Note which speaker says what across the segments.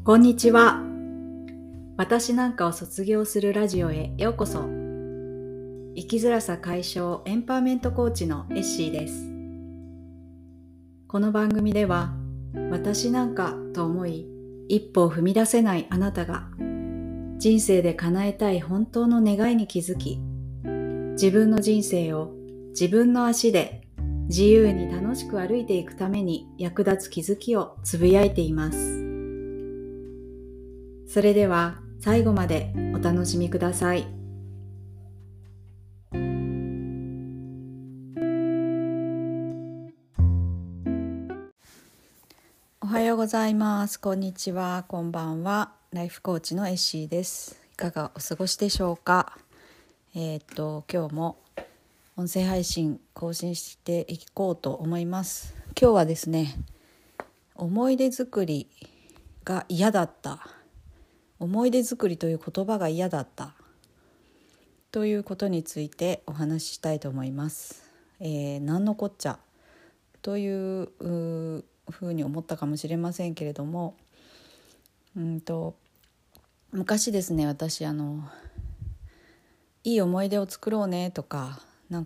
Speaker 1: こんにちは。私なんかを卒業するラジオへようこそ。生きづらさ解消エンパワーメントコーチのエッシーです。この番組では、私なんかと思い、一歩を踏み出せないあなたが、人生で叶えたい本当の願いに気づき、自分の人生を自分の足で自由に楽しく歩いていくために役立つ気づきをつぶやいています。それでは最後までお楽しみください。おはようございます。こんにちは。こんばんは。ライフコーチのエッシーです。いかがお過ごしでしょうか。今日も音声配信更新していこうと思います。今日はですね、思い出作りが嫌だった。思い出作りという言葉が嫌だったということについてお話ししたいと思います。何のこっちゃというふうに思ったかもしれませんけれども、昔ですね、私いい思い出を作ろうねとか、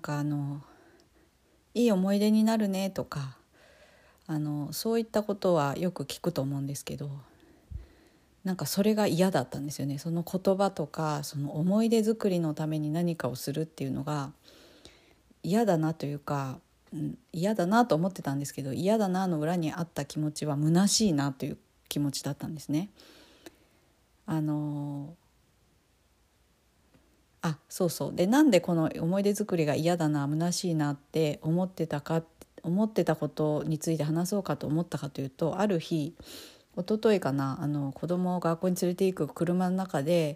Speaker 1: いい思い出になるねとか、そういったことはよく聞くと思うんですけど、それが嫌だったんですよね。その言葉とか、その思い出作りのために何かをするっていうのが嫌だなというか、嫌だなと思ってたんですけど、嫌だなの裏にあった気持ちは虚しいなという気持ちだったんですね。そうそうで、なんでこの思い出作りが嫌だな、虚しいなって思ってたことについて話そうかと思ったかというと、ある日、一昨日かな、子供を学校に連れて行く車の中で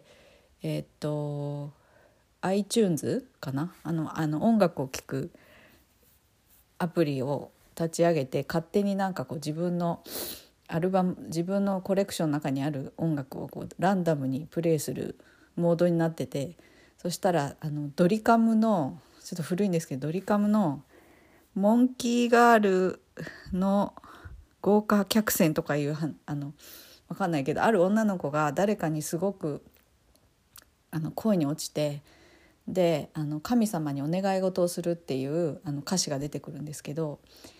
Speaker 1: iTunes かな、音楽を聴くアプリを立ち上げて、勝手に自分のアルバム、自分のコレクションの中にある音楽をランダムにプレイするモードになってて、そしたらドリカムの、ちょっと古いんですけど、ドリカムのモンキーガールの豪華客船とかいう分かんないけど、ある女の子が誰かにすごく恋に落ちて、で神様にお願い事をするっていう歌詞が出てくるんですけど、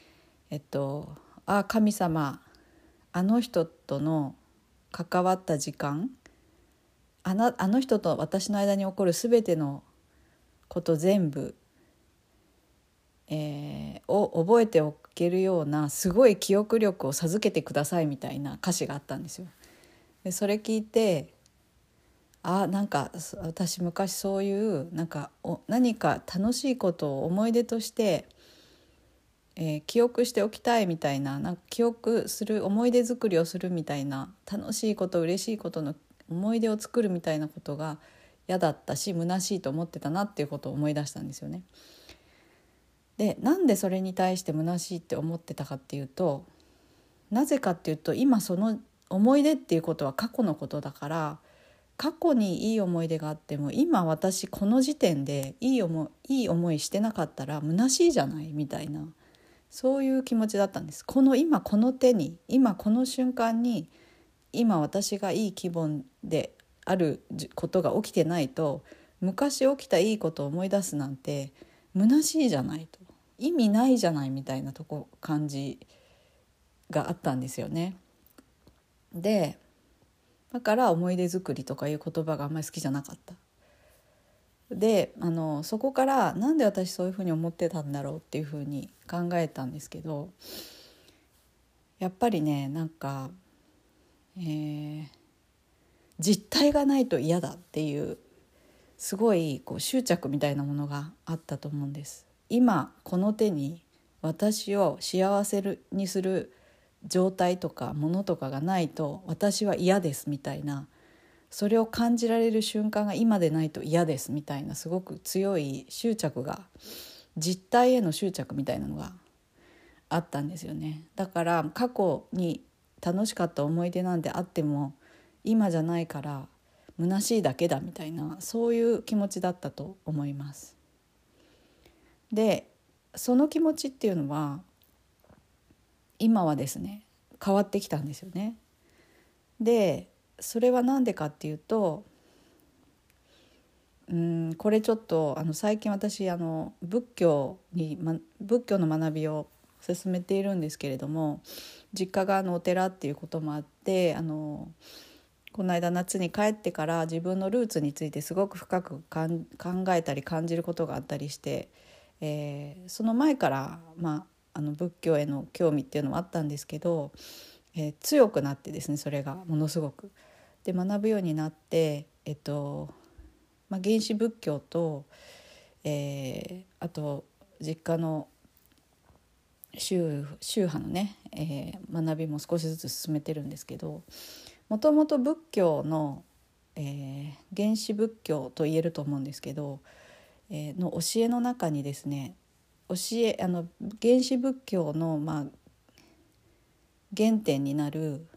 Speaker 1: 神様、あの人との関わった時間、あの人と私の間に起こるすべてのこと全部、を覚えておけるようなすごい記憶力を授けてくださいみたいな歌詞があったんですよ。でそれ聞いて、私昔そういう何か楽しいことを思い出として、記憶しておきたいみたいな、記憶する、思い出作りをするみたいな、楽しいこと、嬉しいことの思い出を作るみたいなことが嫌だったし、虚しいと思ってたなっていうことを思い出したんですよね。で、なんでそれに対して虚しいって思ってたかっていうと、なぜかっていうと、今その思い出っていうことは過去のことだから、過去にいい思い出があっても、今私この時点でいい思いしてなかったら虚しいじゃないみたいな、そういう気持ちだったんです。今この手に、今この瞬間に、今私がいい気分であることが起きてないと、昔起きたいいことを思い出すなんて虚しいじゃないと、意味ないじゃないみたいな感じがあったんですよね。で、だから思い出作りとかいう言葉があんまり好きじゃなかった。でそこからなんで私そういうふうに思ってたんだろうっていうふうに考えたんですけど、やっぱりね、実体がないと嫌だっていうすごい執着みたいなものがあったと思うんです。今この手に私を幸せにする状態とかものとかがないと私は嫌ですみたいな、それを感じられる瞬間が今でないと嫌ですみたいな、すごく強い執着が、実体への執着みたいなのがあったんですよね。だから過去に楽しかった思い出なんてあっても今じゃないから虚しいだけだみたいな、そういう気持ちだったと思います。でその気持ちっていうのは今はですね、変わってきたんですよね。 でそれは何でかっていうと、これちょっと最近私仏教の学びを進めているんですけれども、実家がお寺っていうこともあって、この間夏に帰ってから自分のルーツについてすごく深く考えたり感じることがあったりして、その前から、仏教への興味っていうのもあったんですけど、強くなってですね、それがものすごくで学ぶようになって、原始仏教と、あと実家の宗派のね、学びも少しずつ進めてるんですけど、もともと仏教の、原始仏教と言えると思うんですけど、の教えの中にですね、原始仏教の、原点になる、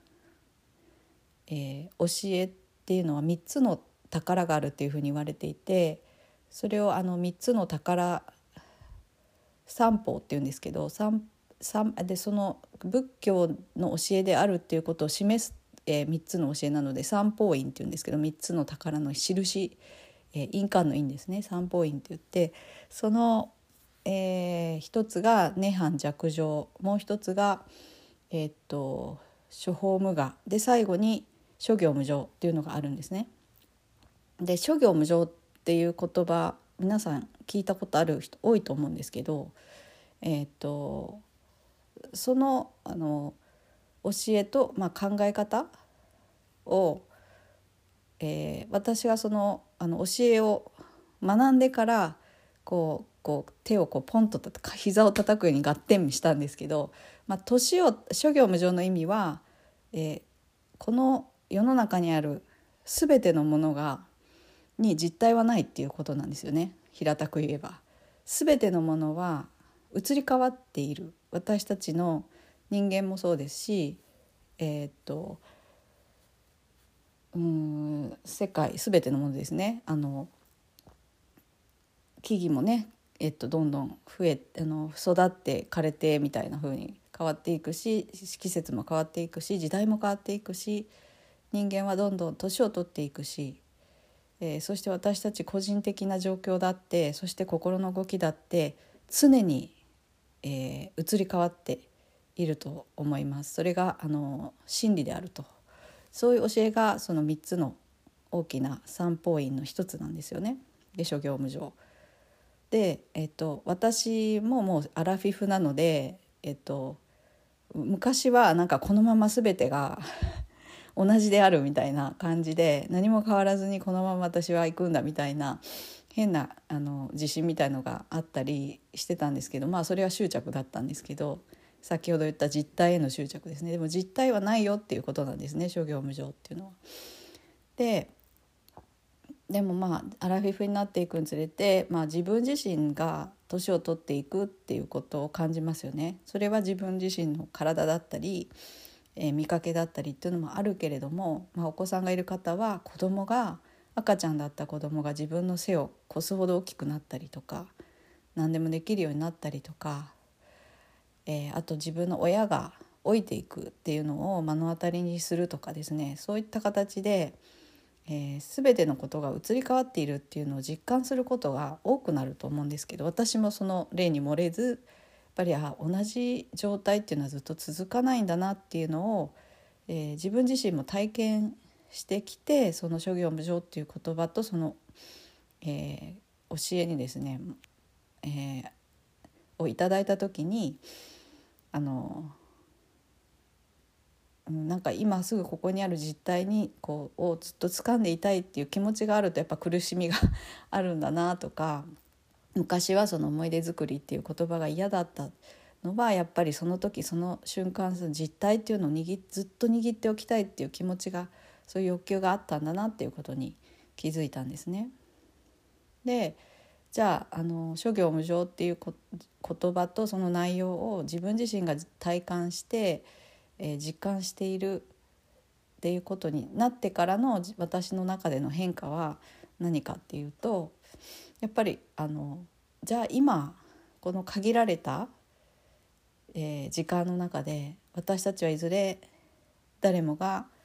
Speaker 1: 教えっていうのは3つの宝があるっていうふうに言われていて、それを3つの宝三宝っていうんですけど、でその仏教の教えであるっていうことを示す、3つの教えなので三宝印っていうんですけど、3つの宝の印、印鑑の印ですね、三宝印って言って、その、一つが涅槃寂情、もう一つが、諸法無我で、最後に諸行無常っていうのがあるんですね。で諸行無常っていう言葉、皆さん聞いたことある人多いと思うんですけど、その、教えと、考え方を、私がその、教えを学んでからこう手をポンと膝を叩くように合点したんですけど、諸行無常の意味は、この世の中にある全てのものに実体はないっていうことなんですよね。平たく言えば全てのものは移り変わっている。私たちの人間もそうですし、世界全てのものですね。木々もね、どんどん育って枯れてみたいな風に変わっていくし、季節も変わっていくし、時代も変わっていくし、人間はどんどん年を取っていくし、そして私たち個人的な状況だって、そして心の動きだって常に、移り変わっていると思います。それが真理であると、そういう教えがその3つの大きな三宝院の一つなんですよね。で諸行無常で、私ももうアラフィフなので、昔はなんかこのまま全てが同じであるみたいな感じで、何も変わらずにこのまま私は行くんだみたいな変な自信みたいのがあったりしてたんですけど、それは執着だったんですけど、先ほど言った実体への執着ですね。でも実体はないよっていうことなんですね、諸行無常っていうのは。でもアラフィフになっていくにつれて、自分自身が年を取っていくっていうことを感じますよね。それは自分自身の体だったり、見かけだったりっていうのもあるけれども、お子さんがいる方は赤ちゃんだった子供が自分の背を越すほど大きくなったりとか、何でもできるようになったりとか、あと自分の親が老いていくっていうのを目の当たりにするとかですね、そういった形で、全てのことが移り変わっているっていうのを実感することが多くなると思うんですけど、私もその例に漏れず、やっぱり同じ状態っていうのはずっと続かないんだなっていうのを、自分自身も体験してきて、その諸行無常っていう言葉とその、教えにですね、をいただいた時になんか今すぐここにある実態にをずっと掴んでいたいっていう気持ちがあると、やっぱ苦しみがあるんだなとか、昔はその思い出作りっていう言葉が嫌だったのは、やっぱりその時その瞬間その実態っていうのをずっと握っておきたいっていう気持ちが、そういう欲求があったんだなっていうことに気づいたんですね。でじゃあ諸行無常っていう言葉とその内容を自分自身が体感して、実感しているっていうことになってからの私の中での変化は何かっていうと、やっぱりじゃあ今この限られた、時間の中で私たちはいずれ誰もが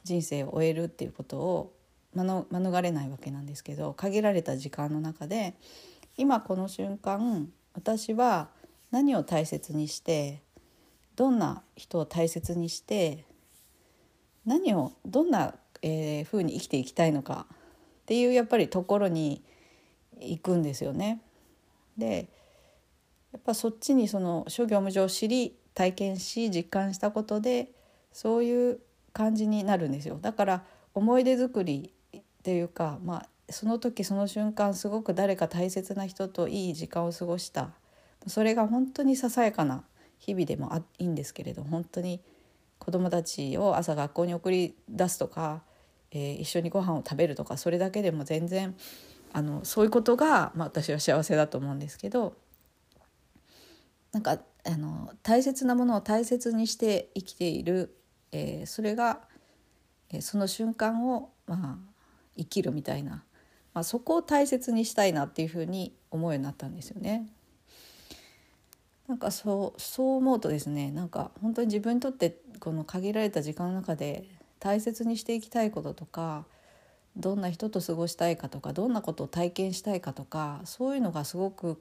Speaker 1: 人生を終えるっていうことを免れないわけなんですけど、限られた時間の中で今この瞬間私は何を大切にして、どんな人を大切にして、どんな風に生きていきたいのかっていうやっぱりところに行くんですよね。でやっぱそっちにその諸行無常を知り体験し実感したことでそういう感じになるんですよ。だから思い出作りっていうか、その時その瞬間すごく誰か大切な人といい時間を過ごした、それが本当にささやかな日々でもいいんですけれど、本当に子どもたちを朝学校に送り出すとか、一緒にご飯を食べるとか、それだけでも全然そういうことが、私は幸せだと思うんですけど、なんか大切なものを大切にして生きている、それが、その瞬間を、生きるみたいな、そこを大切にしたいなっていうふうに思うようになったんですよね。なんかそう思うとですね、なんか本当に自分にとってこの限られた時間の中で大切にしていきたいこととか、どんな人と過ごしたいかとか、どんなことを体験したいかとか、そういうのがすごく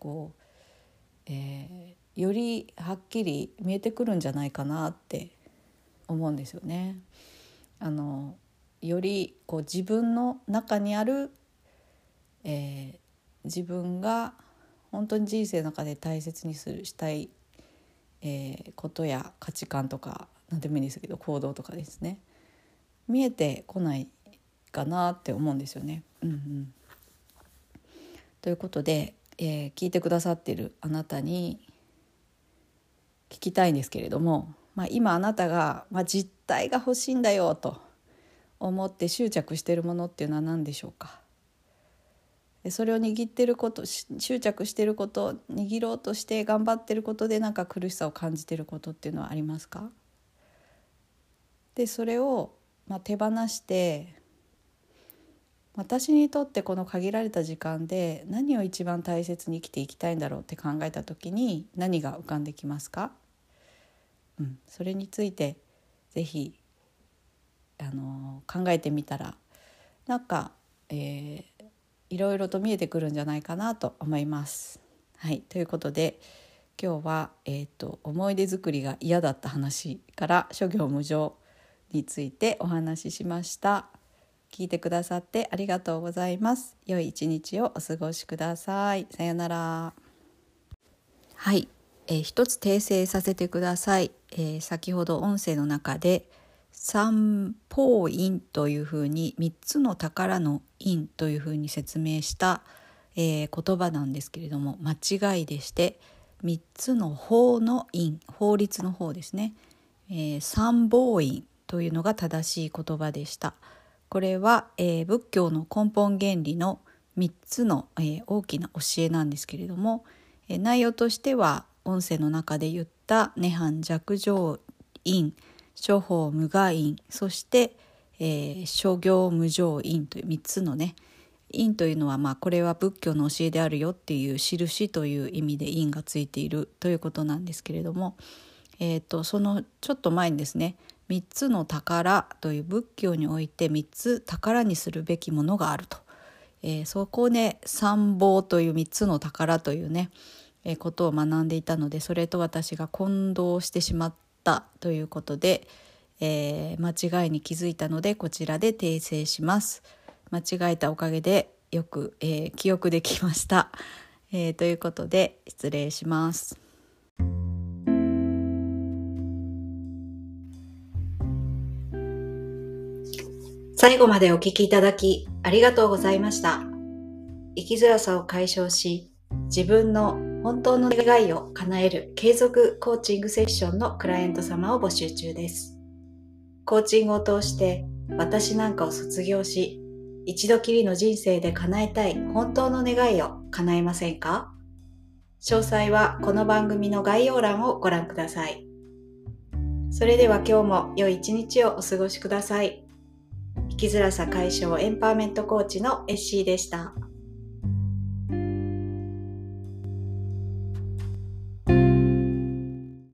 Speaker 1: よりはっきり見えてくるんじゃないかなって思うんですよね。より自分の中にある、自分が本当に人生の中で大切にしたい、ことや価値観とか何でもいいんですけど、行動とかですね、見えてこないかなって思うんですよね。ということで、聞いてくださっているあなたに聞きたいんですけれども、今あなたが、実体が欲しいんだよと思って執着しているものっていうのは何でしょうか。それを握ってること、執着していること、握ろうとして頑張ってることでなんか苦しさを感じていることっていうのはありますか。でそれを、手放して、私にとってこの限られた時間で何を一番大切に生きていきたいんだろうって考えた時に何が浮かんできますか。それについてぜひ考えてみたら、なんか、いろいろと見えてくるんじゃないかなと思います。はい、ということで今日は、思い出作りが嫌だった話から諸行無常についてお話ししました。聞いてくださってありがとうございます。良い一日をお過ごしください。さよなら。はい、一つ訂正させてください。先ほど音声の中で三宝院というふうに3つの宝の院というふうに説明した、言葉なんですけれども、間違いでして、3つの法の院、法律の方ですね、三宝院というのが正しい言葉でした。これは、仏教の根本原理の3つの、大きな教えなんですけれども、内容としては音声の中で言った涅槃寂浄院、諸法無我院、そして、諸行無常院という3つのね、院というのは、これは仏教の教えであるよっていう印という意味で院がついているということなんですけれども、そのちょっと前にですね、3つの宝という仏教において3つ宝にするべきものがあると、そこで三宝という3つの宝というね、ことを学んでいたので、それと私が混同してしまったということで、間違いに気づいたのでこちらで訂正します。間違えたおかげでよく、記憶できました、ということで失礼します。最後までお聞きいただきありがとうございました。生きづらさを解消し、自分の本当の願いを叶える継続コーチングセッションのクライアント様を募集中です。コーチングを通して私なんかを卒業し、一度きりの人生で叶えたい本当の願いを叶えませんか？詳細はこの番組の概要欄をご覧ください。それでは今日も良い一日をお過ごしください。生きづらさ解消エンパワーメントコーチのエッシーでした。